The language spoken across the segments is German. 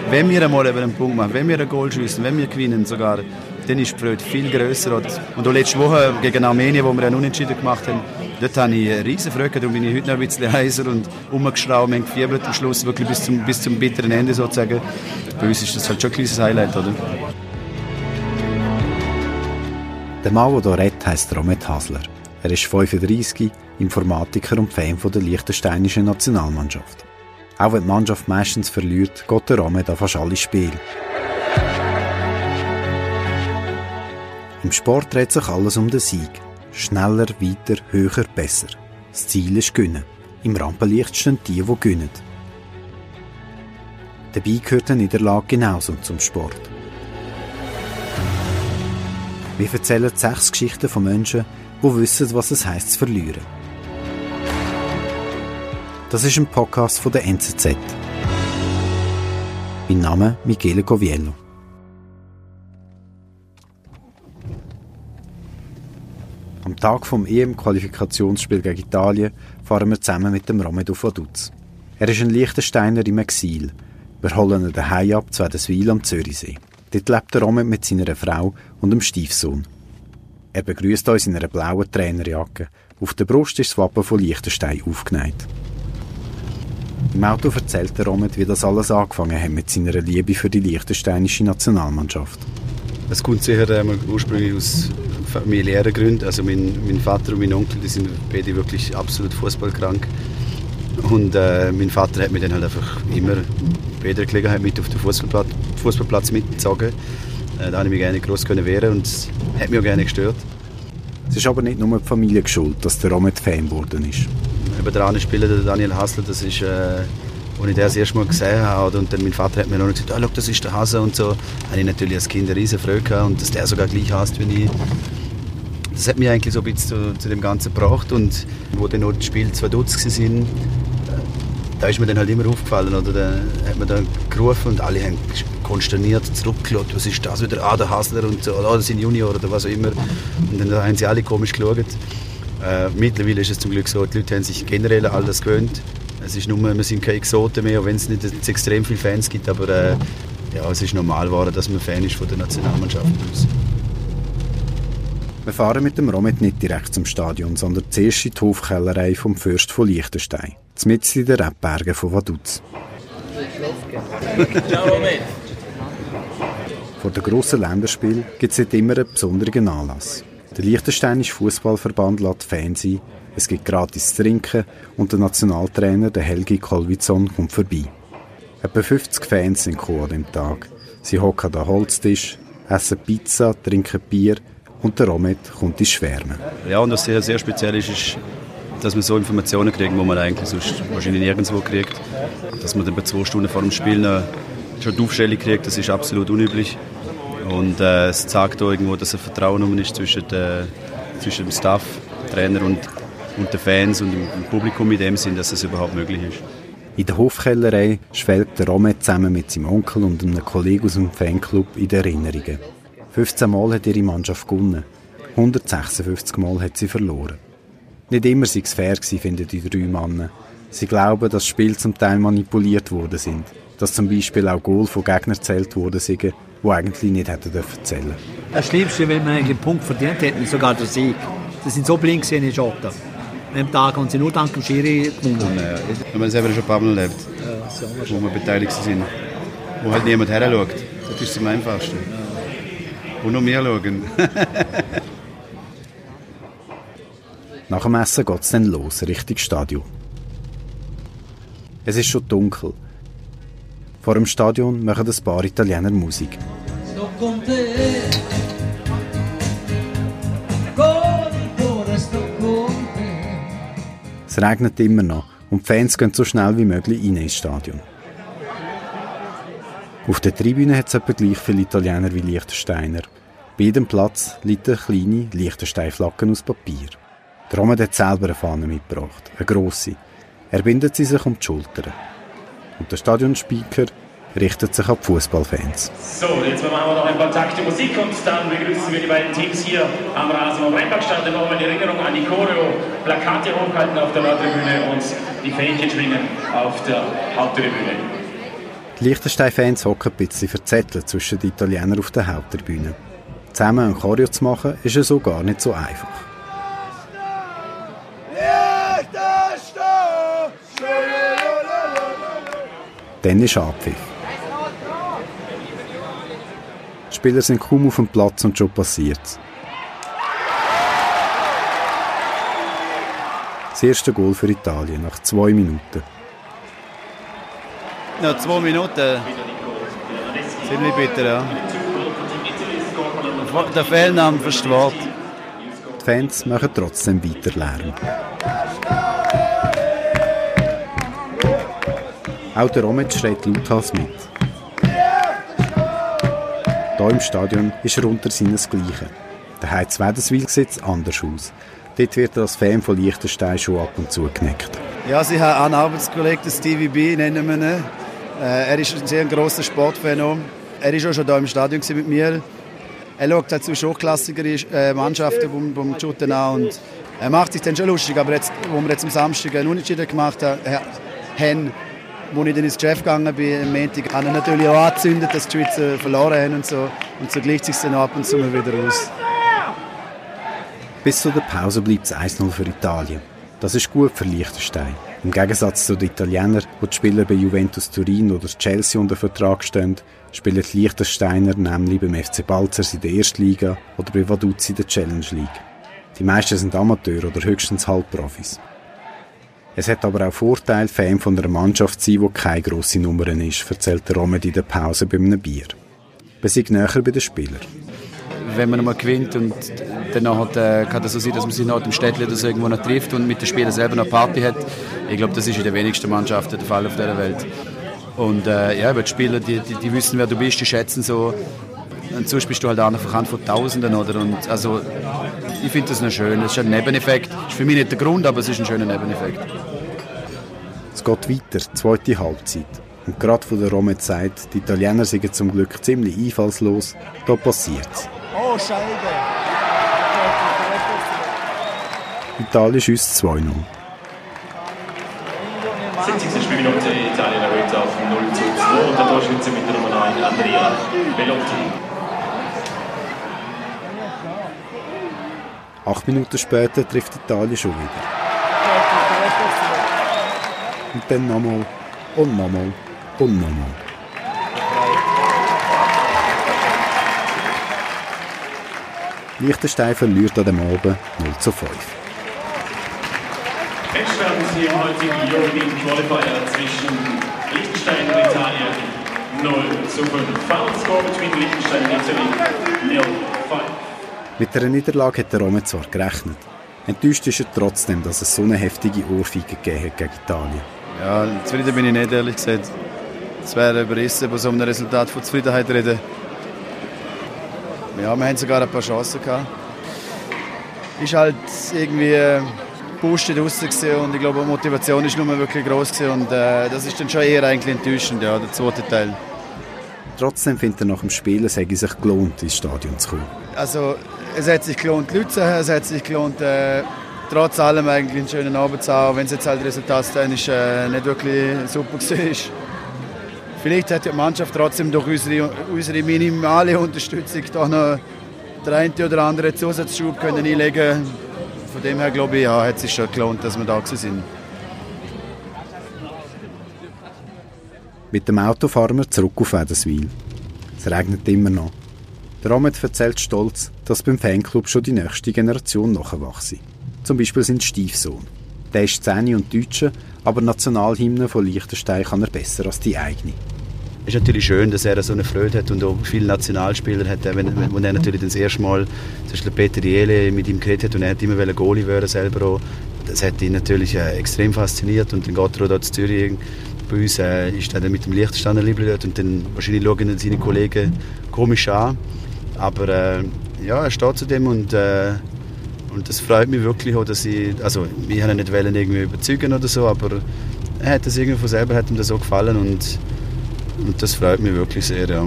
wenn wir einmal einen Punkt machen, wenn wir ein Goal schiessen, wenn wir gewinnen sogar, dann ist die Freude viel grösser. Und auch letzte Woche gegen Armenien, wo wir einen Unentschieden gemacht haben, dort habe ich eine riesen Freude, darum bin ich heute noch ein bisschen heiser und rumgeschraubt, wir haben gefiebert am Schluss, wirklich bis zum bitteren Ende sozusagen. Bei uns ist das halt schon ein kleines Highlight, oder? Der Mann, der hier redet, heisst Romet Hasler. Er ist 35, Informatiker und Fan der liechtensteinischen Nationalmannschaft. Auch wenn die Mannschaft meistens verliert, geht der Romet an fast alle Spiele. Im Sport dreht sich alles um den Sieg. Schneller, weiter, höher, besser. Das Ziel ist gewinnen. Im Rampenlicht stehen die gewinnen. Dabei gehört eine Niederlage genauso zum Sport. Wir erzählen 6 Geschichten von Menschen, die wissen, was es heisst zu verlieren. Das ist ein Podcast von der NZZ. Mein Name ist Michele Coviello. Am Tag vom EM-Qualifikationsspiel gegen Italien fahren wir zusammen mit dem Romet auf Vaduz. Er ist ein Liechtensteiner im Exil. Wir holen ihn daheim ab zu Wädenswil am Zürichsee. Dort lebt der Romet mit seiner Frau und dem Stiefsohn. Er begrüßt uns in einer blauen Trainerjacke. Auf der Brust ist das Wappen von Liechtenstein aufgenäht. Im Auto erzählt der Romet, wie das alles angefangen hat mit seiner Liebe für die liechtensteinische Nationalmannschaft. Es kommt sicher ursprünglich aus familiären Gründen. Also mein Vater und mein Onkel, die sind beide wirklich absolut fußballkrank. Und mein Vater hat mich dann halt einfach immer bei jeder Gelegenheit mit auf den Fußballplatz mitgezogen. Da konnte ich mich gerne gross wehren und es hat mich auch gerne gestört. Es ist aber nicht nur die Familie schuld, dass der Romet Fan geworden ist. Eben der andere Spieler, der Daniel Hasler, das ist, als ich den das erste Mal gesehen habe, und dann mein Vater hat mir noch gesagt, schau, das ist der Hase und so, habe ich natürlich als Kind eine riesen Freude gehabt und dass der sogar gleich hasst wie ich. Das hat mich eigentlich so ein bisschen zu dem Ganzen gebracht, und wo dann noch die Spiele 2 Dutzend waren, da ist mir dann halt immer aufgefallen, oder? Da hat man dann gerufen und alle haben konsterniert zurückgeschaut, was ist das wieder, der Hasler und so, oder das sind Junior oder was auch immer. Und dann haben sie alle komisch geschaut. Mittlerweile ist es zum Glück so, die Leute haben sich generell an alles gewöhnt. Es ist nur, wir sind keine Exoten mehr, auch wenn es nicht extrem viele Fans gibt, aber ja, es ist normal geworden, dass man Fan ist von der Nationalmannschaft. Wir fahren mit dem Romet nicht direkt zum Stadion, sondern zuerst in die Hofkellerei vom Fürst von Liechtenstein, mitten in den Rebbergen von Vaduz. Ciao Romet! Vor dem grossen Länderspiel gibt es nicht immer einen besonderen Anlass. Der Liechtensteinische Fußballverband lässt Fans ein, es gibt gratis zu trinken und der Nationaltrainer, der Helgi Kolvitsson, kommt vorbei. Etwa 50 Fans sind gekommen an diesem Tag. Sie hocken an den Holztisch, essen Pizza, trinken Bier und der Romet kommt ins Schwärmen. Ja, und was sehr, sehr speziell ist, dass man so Informationen kriegt, die man eigentlich sonst wahrscheinlich nirgendwo kriegt. Dass man dann bei 2 Stunden vor dem Spiel schon die Aufstellung kriegt, das ist absolut unüblich. Und es zeigt auch irgendwo, dass ein Vertrauen ist zwischen dem Staff, Trainer und den Fans und dem Publikum in dem Sinn, dass es überhaupt möglich ist. In der Hofkellerei schwelgt der Romet zusammen mit seinem Onkel und einem Kollegen aus dem Fanclub in den Erinnerungen. 15 Mal hat ihre Mannschaft gewonnen, 156 Mal hat sie verloren. Nicht immer sei es fair gewesen, finden die 3 Männer. Sie glauben, dass Spiele zum Teil manipuliert worden sind, dass zum Beispiel auch Goal von Gegnern gezählt worden sind, die eigentlich nicht hätten zählen dürfen. Das Schlimmste, wenn man einen Punkt verdient hätten, sogar der Sieg. Sie sind so blind gesehen in Schotten. An dem Tag haben sie nur dank dem Schiri gewonnen. Wenn man selber schon ein paar Mal erlebt, wo wir beteiligt sind, wo halt niemand her schaut, das ist es am einfachsten. Wo nur wir schauen. Nach dem Essen geht es dann los, Richtung Stadion. Es ist schon dunkel. Vor dem Stadion machen ein paar Italiener Musik. Es regnet immer noch und die Fans gehen so schnell wie möglich rein ins Stadion. Auf der Tribüne hat es etwa gleich viele Italiener wie Liechtensteiner. Bei jedem Platz liegt eine kleine Liechtenstein-Flagge aus Papier. Der Romet hat selber eine Fahne mitgebracht, eine grosse. Er bindet sie sich um die Schultern. Und der Stadionspeaker richtet sich an die Fußballfans. So, jetzt machen wir noch ein paar Takte Musik und dann begrüßen wir die beiden Teams hier am Rasen am Rheinparkstadion. Nochmal die Erinnerung an die Choreo, Plakate hochhalten auf der Nordtribüne und die Fähnchen schwingen auf der Haupttribüne. Die Liechtenstein-Fans hocken ein bisschen verzettelt zwischen den Italienern auf der Haupttribüne. Zusammen ein Choreo zu machen, ist ja so gar nicht so einfach. Dann ist Abpfiff. Die Spieler sind kaum auf dem Platz und schon passiert's. Das erste Goal für Italien nach 2 Minuten. Ja, 2 Minuten. Ziemlich bitter, ja. Der Fehlname verstört. Die Fans machen trotzdem weiter Lärm. Auch der Romet schreit lauthals mit. Hier im Stadion ist er unter seinesgleichen. Der Heiz Wädenswil sieht es anders aus. Dort wird er als Fan von Liechtenstein schon ab und zu geneckt. Ja, sie haben einen Arbeitskollegen, den Stevie B, nennen wir ihn. Er ist ein sehr grosser Sportfan. Er war auch schon hier im Stadion mit mir. Er schaut halt zu hochklassigen Mannschaften beim Shooten an. Und er macht sich dann schon lustig. Aber jetzt, wo wir jetzt am Samstag einen Unentschieden gemacht haben, wo ich dann ins Geschäft gegangen bin, am Montag, habe ich natürlich auch angezündet, dass die Schweizer verloren haben und so. Und so gleicht es sich dann ab und zu wieder aus. Bis zu der Pause bleibt es 1-0 für Italien. Das ist gut für Liechtenstein. Im Gegensatz zu den Italienern, wo die Spieler bei Juventus Turin oder Chelsea unter Vertrag stehen, spielen die Liechtensteiner nämlich beim FC Balzers in der ersten Liga oder bei Vaduz in der Challenge League. Die meisten sind Amateure oder höchstens Halbprofis. Es hat aber auch Vorteile, Fan von einer Mannschaft zu sein, die keine grosse Nummer ist, erzählt der Romet in der Pause bei einem Bier. Wir sind näher bei den Spielern. Wenn man mal gewinnt und danach kann es so sein, dass man sich nach dem Städtchen oder so irgendwo noch trifft und mit den Spielern selber noch Party hat. Ich glaube, das ist in den wenigsten Mannschaften der Fall auf dieser Welt. Und ja, die Spieler, die wissen, wer du bist, die schätzen so. Und sonst bist du halt auch einfach von Tausenden. Oder? Und also, ich finde das noch schön. Das ist ein Nebeneffekt. Das ist für mich nicht der Grund, aber es ist ein schöner Nebeneffekt. Es geht weiter, zweite Halbzeit. Und gerade von der Romet sagt, die Italiener sind zum Glück ziemlich einfallslos. Da passiert's. Oh, Scheibe! Italien schießt 2-0. 70. Spielminute, Italien erhöht auf 0:2 und der Torschütze mit der Nummer 9, Andrea Bellotti. 8 Minuten später trifft Italien schon wieder. Und dann nochmal und nochmal und nochmal. Liechtenstein verliert an dem Abend 0:5. Endstand hier im heutigen European Qualifier zwischen Liechtenstein und Italien 0:5. Final score between Liechtenstein and Italy 0:5. Mit einer Niederlage hat der Romet zwar gerechnet. Enttäuscht ist er trotzdem, dass es so eine heftige Ohrfeige gegeben hat gegen Italien. Ja, zufrieden bin ich nicht, ehrlich gesagt. Es wäre überrissen, bei so einem Resultat von Zufriedenheit reden. Ja, wir hatten sogar ein paar Chancen gehabt. Ist halt irgendwie boosted rausgesehen und ich glaube, die Motivation ist nur wirklich gross gewesen und das ist dann schon eher eigentlich enttäuschend, ja, der zweite Teil. Trotzdem findet er nach dem Spiel, es hätte sich gelohnt, ins Stadion zu kommen. Also, es hat sich gelohnt, Leute zu haben, es hat sich gelohnt, trotz allem eigentlich einen schönen Abend zu haben, wenn es jetzt halt resultatstechnisch nicht wirklich super war. Vielleicht hat die Mannschaft trotzdem durch unsere minimale Unterstützung da noch den einen oder anderen Zusatzschub können einlegen. Von dem her glaube ich, ja, hat es sich schon gelohnt, dass wir da sind. Mit dem Auto fahren wir zurück auf Wädenswil. Es regnet immer noch. Der Romet erzählt stolz, dass beim Fanclub schon die nächste Generation nachwachse. Zum Beispiel sein Stiefsohn. Der ist 10 und Deutscher, aber die Nationalhymne von Liechtenstein kann er besser als die eigene. Es ist natürlich schön, dass er so eine Freude hat und auch viele Nationalspieler hat. Wenn er natürlich das erste Mal zum Beispiel Peter Jele mit ihm geredet hat und er hat immer Goalie werden selber auch. Das hat ihn natürlich extrem fasziniert und dann geht er auch dort in Zürich bei uns, ist er dann mit dem Liechtensteiner Liebling dort und dann wahrscheinlich schauen dann seine Kollegen komisch an. Aber ja, er steht zu dem und das freut mich wirklich auch, dass also wir haben ihn nicht irgendwie überzeugen oder so, aber er hat das irgendwie von selber, hat ihm das so gefallen und das freut mich wirklich sehr, ja.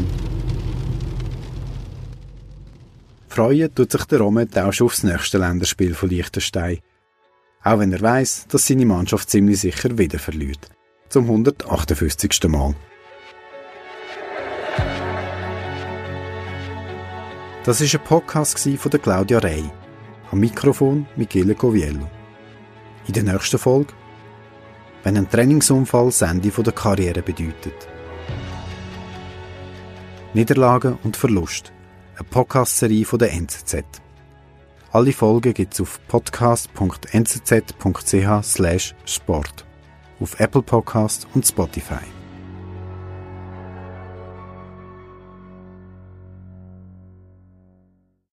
Freuen tut sich der Romet auch schon aufs nächste Länderspiel von Liechtenstein. Auch wenn er weiss, dass seine Mannschaft ziemlich sicher wieder verliert. Zum 158. Mal. Das war ein Podcast von der Claudia Rey. Am Mikrofon Michele Coviello. In der nächsten Folge, wenn ein Trainingsunfall das Ende der Karriere bedeutet. Niederlagen und Verlust. Eine Podcast-Serie von der NZZ. Alle Folgen gibt es auf podcast.nzz.ch/sport, auf Apple Podcasts und Spotify.